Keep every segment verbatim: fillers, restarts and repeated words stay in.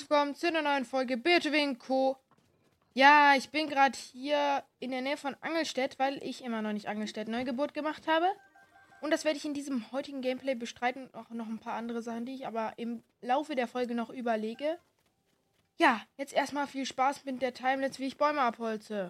willkommen zu einer neuen Folge Beethoven Co. Ja, ich bin gerade hier in der Nähe von Angelstedt, weil ich immer noch nicht Angelstedt Neugeburt gemacht habe. Und das werde ich in diesem heutigen Gameplay bestreiten und auch noch ein paar andere Sachen, die ich aber im Laufe der Folge noch überlege. Ja, jetzt erstmal viel Spaß mit der Timelapse, wie ich Bäume abholze.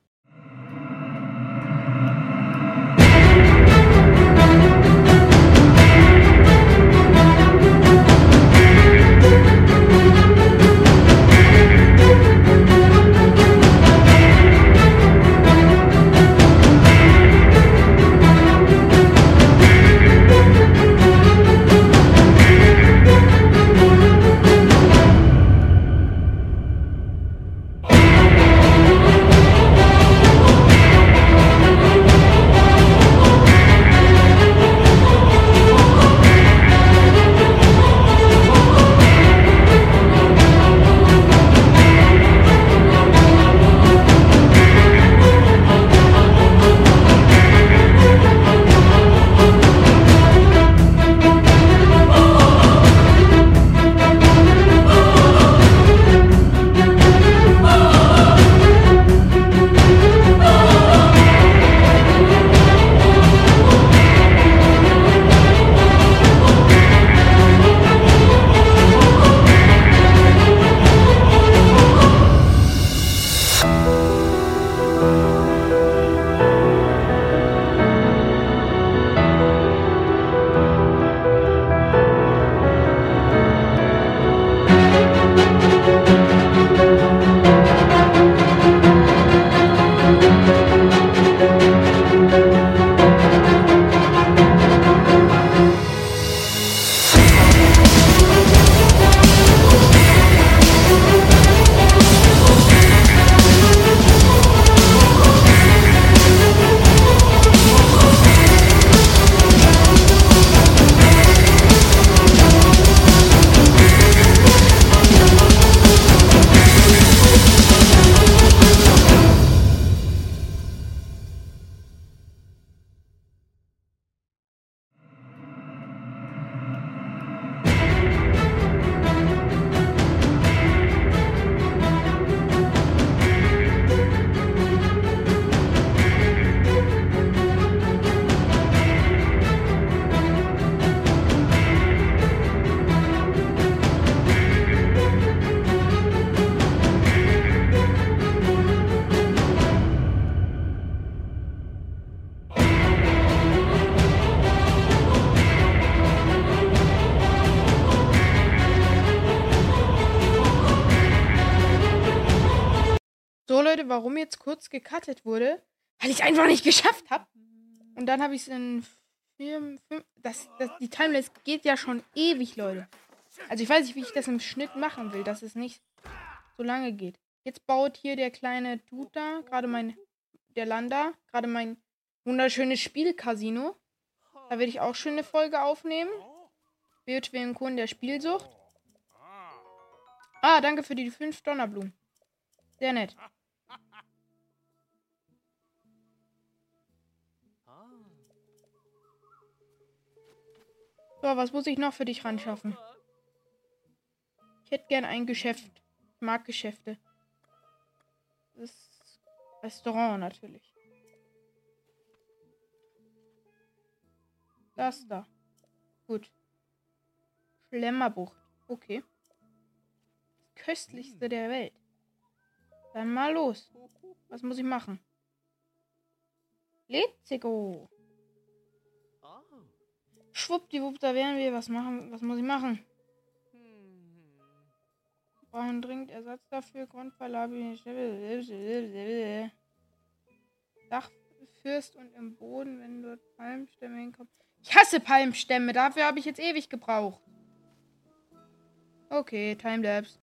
So, Leute, warum jetzt kurz gecuttet wurde? Weil ich es einfach nicht geschafft habe. Und dann habe ich es in vier, fünf, das, das, die Timelapse geht ja schon ewig, Leute. Also ich weiß nicht, wie ich das im Schnitt machen will, dass es nicht so lange geht. Jetzt baut hier der kleine Dude da, gerade mein, der Landa, gerade mein wunderschönes Spielcasino. Da werde ich auch schön eine Folge aufnehmen. Beethoven Co. in der Spielsucht. Ah, danke für die fünf Donnerblumen. Sehr nett. So, was muss ich noch für dich ran schaffen? Ich hätte gern ein Geschäft. Ich mag Geschäfte. Das Restaurant natürlich. Das da. Gut. Schlemmerbucht. Okay. Das köstlichste der Welt. Dann mal los. Was muss ich machen? Let's go. Schwuppdiwupp, da wären wir. Was machen? Was muss ich machen? Wir brauchen dringend Ersatz dafür. Grundverlabi. Dachfürst und im Boden, wenn dort Palmstämme hinkommen. Ich hasse Palmstämme. Dafür habe ich jetzt ewig gebraucht. Okay, Timelapse.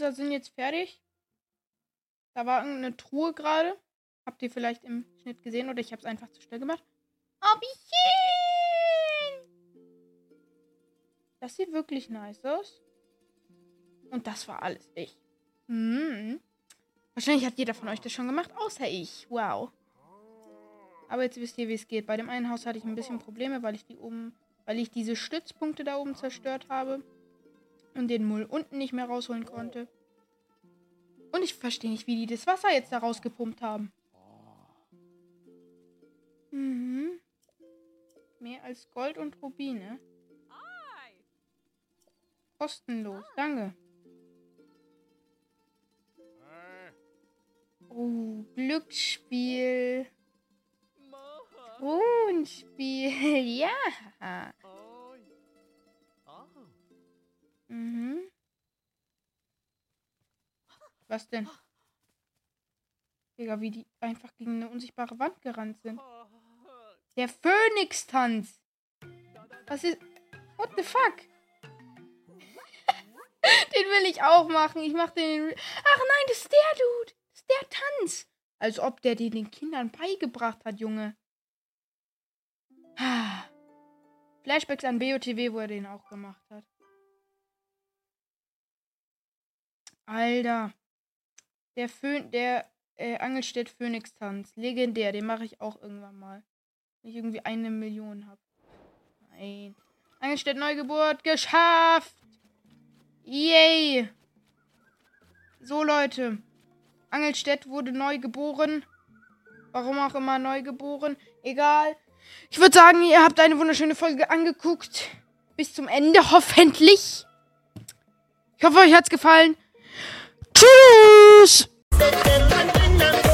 Häuser sind jetzt fertig. Da war irgendeine Truhe gerade. Habt ihr vielleicht im Schnitt gesehen oder ich habe es einfach zu schnell gemacht. Oh, wie schön! Das sieht wirklich nice aus. Und das war alles ich. Hm. Wahrscheinlich hat jeder von euch das schon gemacht, außer ich. Wow. Aber jetzt wisst ihr, wie es geht. Bei dem einen Haus hatte ich ein bisschen Probleme, weil ich die oben, weil ich diese Stützpunkte da oben zerstört habe und den Müll unten nicht mehr rausholen konnte. Und ich verstehe nicht, wie die das Wasser jetzt da rausgepumpt haben. Mhm. Mehr als Gold und Rubine. Kostenlos, danke. Oh, Glücksspiel. Thronspiel, ja. Mhm. Was denn? Digga, wie die einfach gegen eine unsichtbare Wand gerannt sind. Der Phönix-Tanz. Was ist... What the fuck? Den will ich auch machen. Ich mach den... Ach nein, das ist der Dude. Das ist der Tanz. Als ob der den den Kindern beigebracht hat, Junge. Flashbacks an B O T W, wo er den auch gemacht hat. Alter. Der Phön... Der äh, Angelstedt Phönix-Tanz. Legendär. Den mache ich auch irgendwann mal. Wenn ich irgendwie eine Million habe. Nein. Angelstedt Neugeburt geschafft. Yay. So, Leute. Angelstedt wurde neu geboren. Warum auch immer neu geboren. Egal. Ich würde sagen, ihr habt eine wunderschöne Folge angeguckt. Bis zum Ende, hoffentlich. Ich hoffe, euch hat's gefallen. Tschüss.